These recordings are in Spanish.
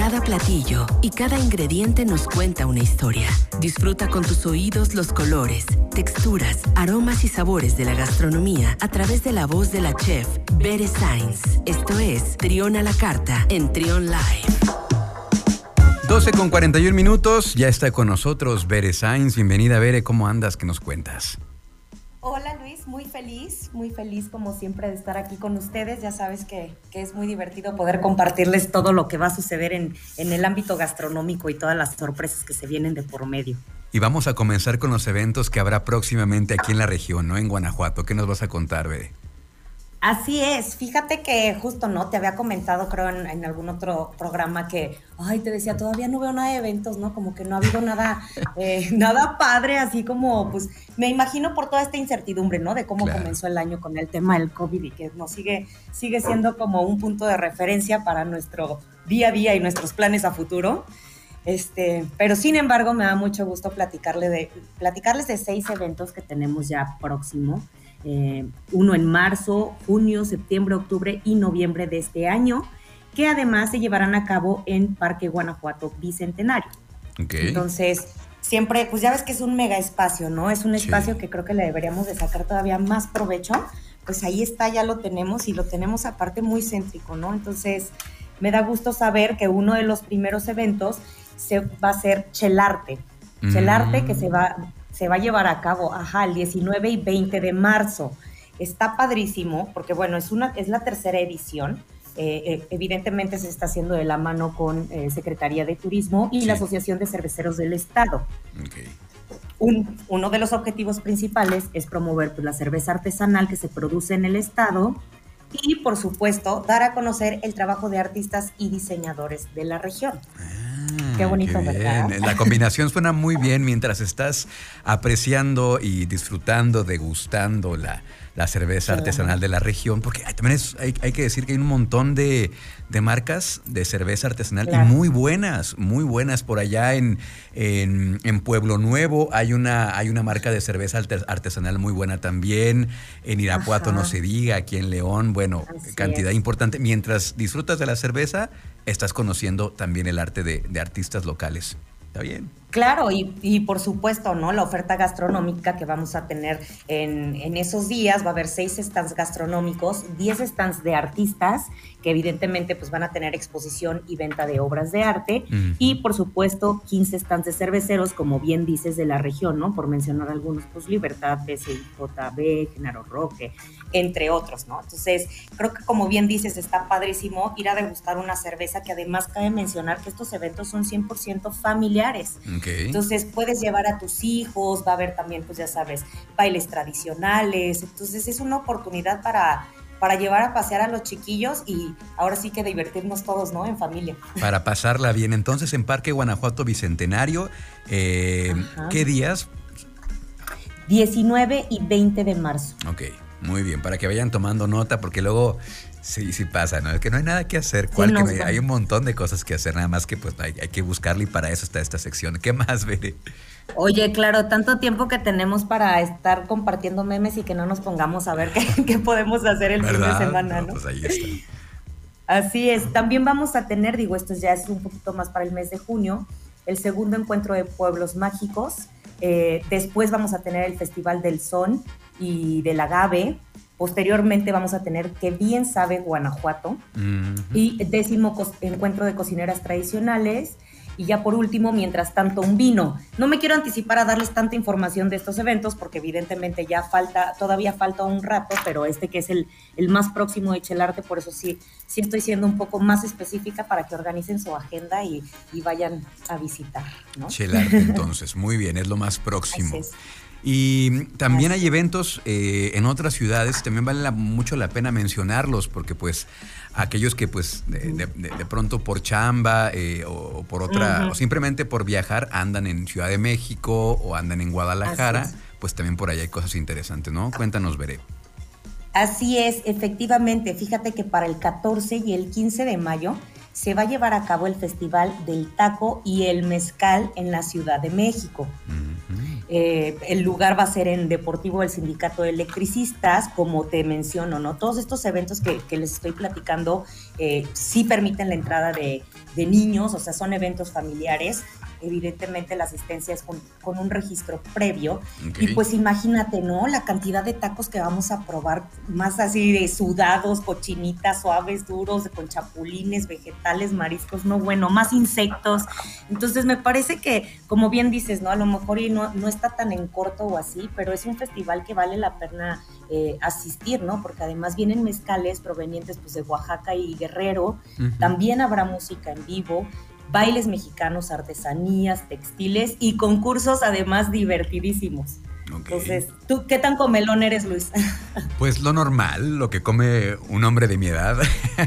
Cada platillo y cada ingrediente nos cuenta una historia. Disfruta con tus oídos los colores, texturas, aromas y sabores de la gastronomía a través de la voz de la chef Bere Sainz. Esto es Trión a la Carta en Trión Live. 12:41, ya está con nosotros Bere Sainz. Bienvenida, Bere, ¿cómo andas? ¿Qué nos cuentas? Hola Luis, muy feliz como siempre de estar aquí con ustedes. Ya sabes que es muy divertido poder compartirles todo lo que va a suceder en el ámbito gastronómico y todas las sorpresas que se vienen de por medio. Y vamos a comenzar con los eventos que habrá próximamente aquí en la región, ¿no? En Guanajuato. ¿Qué nos vas a contar, Bere? Así es, fíjate que justo no, te había comentado creo en algún otro programa que, te decía, todavía no veo nada de eventos, ¿no? Como que no ha habido nada, nada padre, así como, pues, me imagino por toda esta incertidumbre, ¿no? De cómo comenzó el año con el tema del COVID y que nos sigue siendo como un punto de referencia para nuestro día a día y nuestros planes a futuro. Pero sin embargo me da mucho gusto platicarles de 6 eventos que tenemos ya próximo. Uno en marzo, junio, septiembre, octubre y noviembre de este año, que además se llevarán a cabo en Parque Guanajuato Bicentenario. Okay. Entonces, siempre, pues ya ves que es un mega espacio, ¿no? Es un espacio que creo que le deberíamos de sacar todavía más provecho. Pues ahí está, ya lo tenemos y lo tenemos aparte muy céntrico, ¿no? Entonces, me da gusto saber que uno de los primeros eventos va a ser Chelarte. Chelarte que se va a llevar a cabo, el 19 y 20 de marzo. Está padrísimo, porque bueno, es la tercera edición. Evidentemente se está haciendo de la mano con Secretaría de Turismo y la Asociación de Cerveceros del Estado. Okay. Uno de los objetivos principales es promover pues, la cerveza artesanal que se produce en el estado y, por supuesto, dar a conocer el trabajo de artistas y diseñadores de la región. Qué bonito, qué ¿verdad? La combinación suena muy bien mientras estás apreciando y disfrutando, degustando la cerveza artesanal de la región, porque también hay que decir que hay un montón de marcas de cerveza artesanal y muy buenas por allá en Pueblo Nuevo hay una marca de cerveza artesanal muy buena también, en Irapuato no se diga, aquí en León, bueno, cantidad importante. Mientras disfrutas de la cerveza, estás conociendo también el arte de artistas locales. ¿Está bien? Claro, y por supuesto, ¿no? La oferta gastronómica que vamos a tener en esos días, va a haber 6 stands gastronómicos, 10 stands de artistas, que evidentemente pues van a tener exposición y venta de obras de arte, y por supuesto 15 stands de cerveceros, como bien dices, de la región, ¿no? Por mencionar algunos, pues Libertad, BCIJB, Genaro Roque, entre otros, ¿no? Entonces, creo que como bien dices, está padrísimo ir a degustar una cerveza, que además cabe mencionar que estos eventos son 100% familiares. Okay. Entonces puedes llevar a tus hijos, va a haber también, pues ya sabes, bailes tradicionales. Entonces es una oportunidad para llevar a pasear a los chiquillos y ahora sí que divertirnos todos, ¿no? En familia. Para pasarla bien. Entonces, en Parque Guanajuato Bicentenario, ¿qué días? 19 y 20 de marzo. Ok, muy bien, para que vayan tomando nota, porque luego sí pasa, ¿no? Es que no hay nada que hacer. Hay un montón de cosas que hacer, nada más que pues hay que buscarle, y para eso está esta sección. ¿Qué más, Bere? Oye, claro, tanto tiempo que tenemos para estar compartiendo memes y que no nos pongamos a ver qué podemos hacer el fin de semana, ¿no? Pues ahí está. Así es. También vamos a tener, esto ya es un poquito más para el mes de junio, el segundo encuentro de pueblos mágicos. Después vamos a tener el Festival del Son y del Agave. Posteriormente vamos a tener Que Bien Sabe Guanajuato. Y 10º encuentro de cocineras tradicionales. Y ya por último, mientras tanto, un vino. No me quiero anticipar a darles tanta información de estos eventos porque evidentemente todavía falta un rato, pero que es el más próximo de Chelarte, por eso sí estoy siendo un poco más específica para que organicen su agenda y vayan a visitar, ¿no? Chelarte, entonces, muy bien, es lo más próximo. Y también hay eventos en otras ciudades, también vale mucho la pena mencionarlos, porque pues aquellos que pues de pronto por chamba o por otra, o simplemente por viajar, andan en Ciudad de México o andan en Guadalajara, pues también por allá hay cosas interesantes, ¿no? Cuéntanos, Bere. Así es, efectivamente. Fíjate que para el 14 y el 15 de mayo se va a llevar a cabo el Festival del Taco y el Mezcal en la Ciudad de México. El lugar va a ser en Deportivo del Sindicato de Electricistas, como te menciono, ¿no? Todos estos eventos que les estoy platicando sí permiten la entrada de niños, o sea, son eventos familiares. Evidentemente la asistencia es con un registro previo. Okay. Y pues imagínate, ¿no? La cantidad de tacos que vamos a probar, más así de sudados, cochinitas, suaves, duros, con chapulines, vegetales, mariscos, no, bueno, más insectos. Entonces me parece que, como bien dices, ¿no? A lo mejor y no está tan en corto o así, pero es un festival que vale la pena asistir, ¿no? Porque además vienen mezcales provenientes pues de Oaxaca y Guerrero. Uh-huh. También habrá música en vivo, bailes mexicanos, artesanías, textiles y concursos además divertidísimos. Okay. Entonces, ¿tú qué tan comelón eres, Luis? Pues lo normal, lo que come un hombre de mi edad.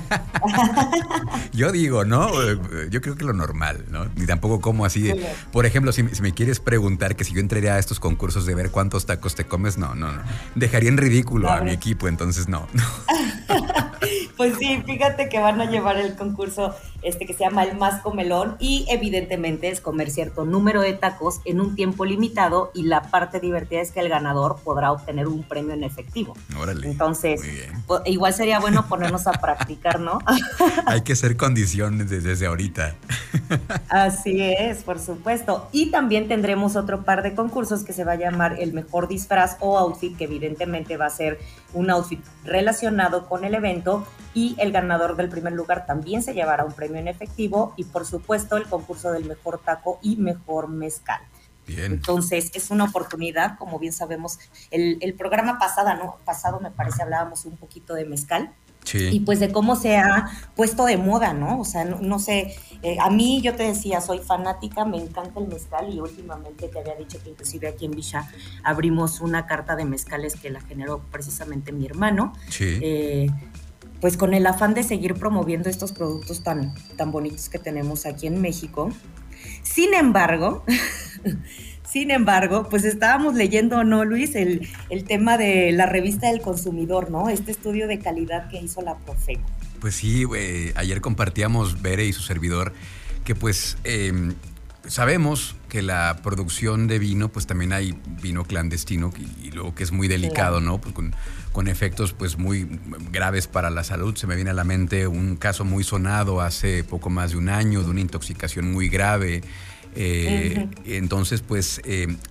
Yo digo, ¿no? Yo creo que lo normal, ¿no? Ni tampoco como así de, por ejemplo, si me quieres preguntar que si yo entraría a estos concursos de ver cuántos tacos te comes, no. Dejaría en ridículo a mi equipo, entonces no. Pues sí, fíjate que van a llevar el concurso que se llama el Más Comelón y evidentemente es comer cierto número de tacos en un tiempo limitado y la parte divertida es que el ganador podrá obtener un premio en efectivo. Órale. Entonces, igual sería bueno ponernos a practicar, ¿no? Hay que hacer condiciones desde ahorita. Así es, por supuesto. Y también tendremos otro par de concursos que se va a llamar el mejor disfraz o outfit, que evidentemente va a ser un outfit relacionado con el evento y el ganador del primer lugar también se llevará un premio en efectivo y por supuesto el concurso del mejor taco y mejor mezcal. Bien. Entonces es una oportunidad, como bien sabemos, el programa pasado me parece hablábamos un poquito de mezcal. Sí. Y pues de cómo se ha puesto de moda, ¿no? O sea, no sé, a mí yo te decía, soy fanática, me encanta el mezcal y últimamente te había dicho que inclusive aquí en Villa abrimos una carta de mezcales que la generó precisamente mi hermano. Sí. Pues con el afán de seguir promoviendo estos productos tan bonitos que tenemos aquí en México. Sin embargo, pues estábamos leyendo, ¿no, Luis? El tema de la revista del consumidor, ¿no? Este estudio de calidad que hizo la Profeco. Pues sí, ayer compartíamos, Bere y su servidor, que pues sabemos que la producción de vino, pues también hay vino clandestino y luego que es muy delicado, claro, ¿no? Pues con efectos pues muy graves para la salud. Se me viene a la mente un caso muy sonado hace poco más de un año de una intoxicación muy grave. Entonces, pues,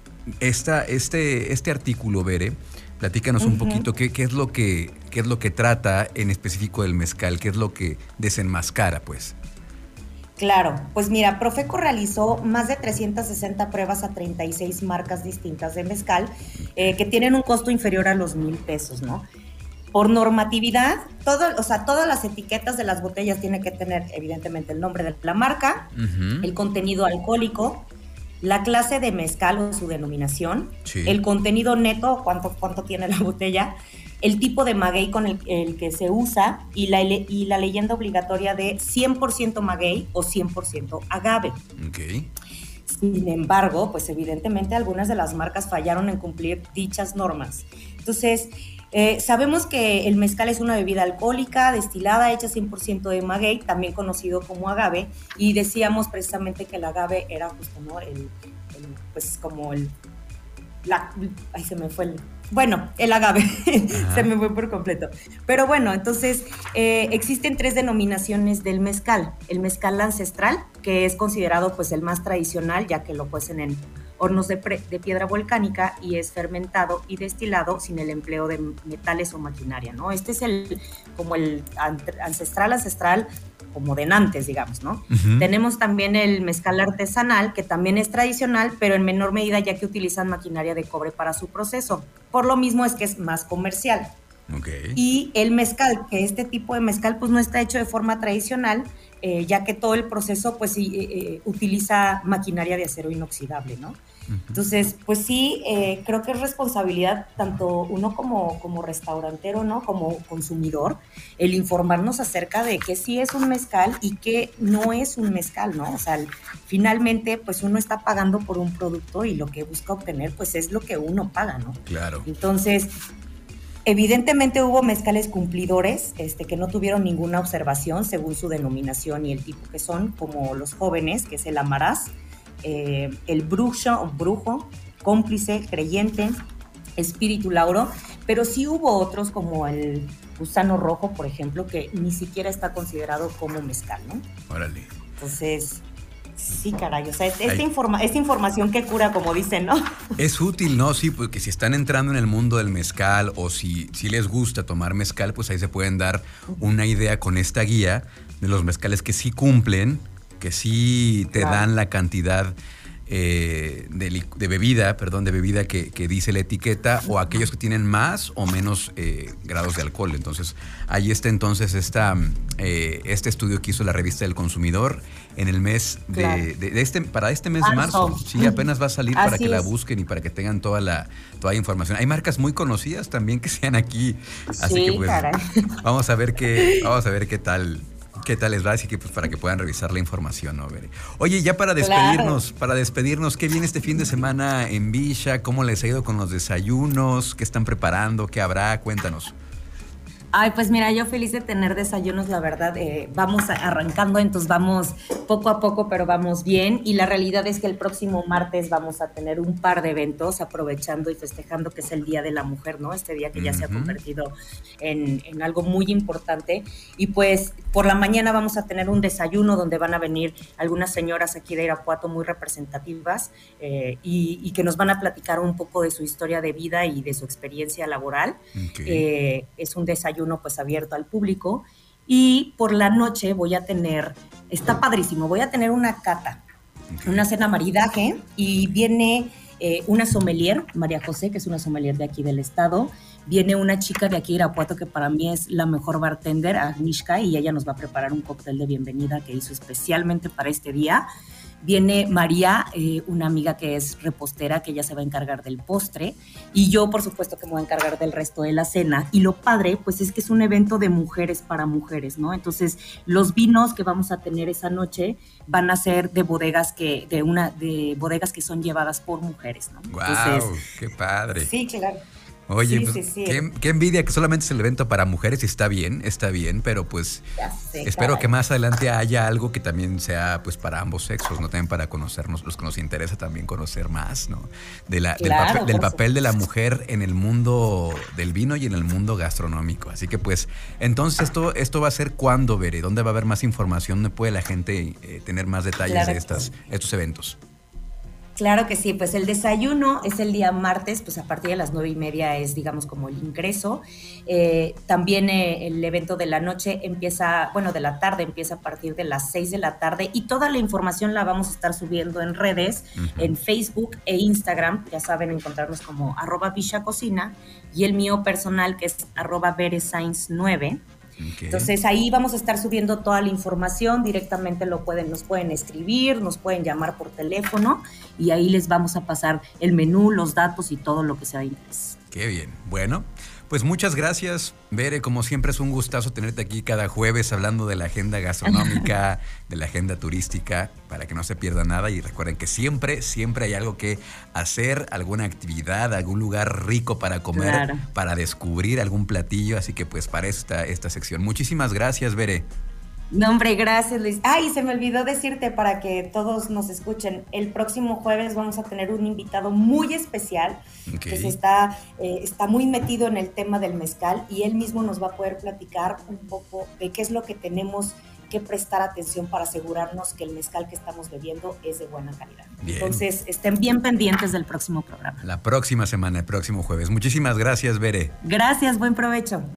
este artículo, Bere, platícanos un poquito qué es lo que trata en específico del mezcal, qué es lo que desenmascara, pues. Claro, pues mira, Profeco realizó más de 360 pruebas a 36 marcas distintas de mezcal que tienen un costo inferior a los 1,000 pesos, ¿no? Por normatividad, todas las etiquetas de las botellas tienen que tener, evidentemente, el nombre de la marca, el contenido alcohólico, la clase de mezcal o su denominación, sí, el contenido neto, cuánto tiene la botella, el tipo de maguey con el que se usa y la leyenda obligatoria de 100% maguey o 100% agave. Okay. Sin embargo, pues evidentemente algunas de las marcas fallaron en cumplir dichas normas. Entonces, sabemos que el mezcal es una bebida alcohólica destilada hecha 100% de maguey, también conocido como agave, y decíamos precisamente que el agave era justo, ¿no? El agave, se me fue por completo. Pero bueno, entonces existen 3 denominaciones del mezcal. El mezcal ancestral, que es considerado pues el más tradicional, ya que lo cuecen en hornos de piedra volcánica y es fermentado y destilado sin el empleo de metales o maquinaria, ¿no? Este es como el ancestral, como de antes, digamos, ¿no? Tenemos también el mezcal artesanal, que también es tradicional, pero en menor medida ya que utilizan maquinaria de cobre para su proceso. Por lo mismo es que es más comercial. Okay. Y el mezcal, que este tipo de mezcal pues no está hecho de forma tradicional, ya que todo el proceso pues utiliza maquinaria de acero inoxidable, ¿no? Entonces, pues sí, creo que es responsabilidad tanto uno como restaurantero, ¿no? Como consumidor, el informarnos acerca de qué sí es un mezcal y qué no es un mezcal, ¿no? O sea, finalmente, pues uno está pagando por un producto y lo que busca obtener, pues es lo que uno paga, ¿no? Claro. Entonces, evidentemente hubo mezcales cumplidores que no tuvieron ninguna observación según su denominación y el tipo que son, como los jóvenes, que es el Amarás, el brujo, Cómplice, Creyente, Espíritu Lauro, pero sí hubo otros como el Gusano Rojo, por ejemplo, que ni siquiera está considerado como mezcal, ¿no? Órale. Entonces, sí, caray, o sea, esta información que cura, como dicen, ¿no? Es útil, ¿no? Sí, porque si están entrando en el mundo del mezcal o si les gusta tomar mezcal, pues ahí se pueden dar una idea con esta guía de los mezcales que sí cumplen, que sí te dan la cantidad de bebida que dice la etiqueta, o aquellos que tienen más o menos grados de alcohol. Entonces, ahí está entonces este estudio que hizo la revista del Consumidor en el mes para este mes de marzo. Sí, apenas va a salir para que la busquen y para que tengan toda información. Hay marcas muy conocidas también que sean aquí, así que pues vamos a ver qué tal. ¿Qué tal les va? Así que pues para que puedan revisar la información, ¿no? Oye, ya para despedirnos, ¿qué viene este fin de semana en Villa? ¿Cómo les ha ido con los desayunos? ¿Qué están preparando? ¿Qué habrá? Cuéntanos. Ay, pues mira, yo feliz de tener desayunos, la verdad, vamos arrancando, entonces vamos poco a poco, pero vamos bien, y la realidad es que el próximo martes vamos a tener un par de eventos aprovechando y festejando que es el Día de la Mujer, ¿no? Este día que ya se ha convertido en algo muy importante, y pues por la mañana vamos a tener un desayuno donde van a venir algunas señoras aquí de Irapuato muy representativas y que nos van a platicar un poco de su historia de vida y de su experiencia laboral. Es un desayuno pues abierto al público, y por la noche está padrísimo, voy a tener una cata, una cena maridaje, y viene una sommelier, María José, que es una sommelier de aquí del estado, viene una chica de aquí de Irapuato que para mí es la mejor bartender, Agnieszka, y ella nos va a preparar un cóctel de bienvenida que hizo especialmente para este día. Viene María, una amiga que es repostera, que ella se va a encargar del postre, y yo, por supuesto, que me voy a encargar del resto de la cena. Y lo padre, pues, es que es un evento de mujeres para mujeres, ¿no? Entonces, los vinos que vamos a tener esa noche van a ser de bodegas que son llevadas por mujeres, ¿no? ¡Guau! Entonces, ¡qué padre! Sí, claro. Oye, pues, qué envidia que solamente es el evento para mujeres, y está bien, pero pues espero que más adelante haya algo que también sea pues para ambos sexos, ¿no? También para conocernos, los que nos interesa también conocer más, ¿no? Del papel de la mujer en el mundo del vino y en el mundo gastronómico. Así que pues, entonces esto va a ser ¿cuándo, Bere? ¿Dónde va a haber más información? ¿Dónde puede la gente tener más detalles de estos eventos? Claro que sí, pues el desayuno es el día martes, pues a partir de las 9:30 es, digamos, como el ingreso. También el evento de la noche de la tarde empieza a partir de las 6 de la tarde, y toda la información la vamos a estar subiendo en redes, en Facebook e Instagram. Ya saben, encontrarnos como @VillaCocina, y el mío personal que es @VereSainz9. Entonces ahí vamos a estar subiendo toda la información, directamente nos pueden escribir, nos pueden llamar por teléfono, y ahí les vamos a pasar el menú, los datos y todo lo que sea de interés. Qué bien. Bueno, pues muchas gracias, Bere. Como siempre es un gustazo tenerte aquí cada jueves hablando de la agenda gastronómica, de la agenda turística, para que no se pierda nada. Y recuerden que siempre hay algo que hacer, alguna actividad, algún lugar rico para comer, para descubrir algún platillo. Así que pues para esta sección. Muchísimas gracias, Bere. No, hombre, gracias, Luis. Ay, se me olvidó decirte, para que todos nos escuchen, el próximo jueves vamos a tener un invitado muy especial, que está muy metido en el tema del mezcal, y él mismo nos va a poder platicar un poco de qué es lo que tenemos que prestar atención para asegurarnos que el mezcal que estamos bebiendo es de buena calidad. Bien. Entonces, estén bien pendientes del próximo programa. La próxima semana, el próximo jueves. Muchísimas gracias, Bere. Gracias, buen provecho.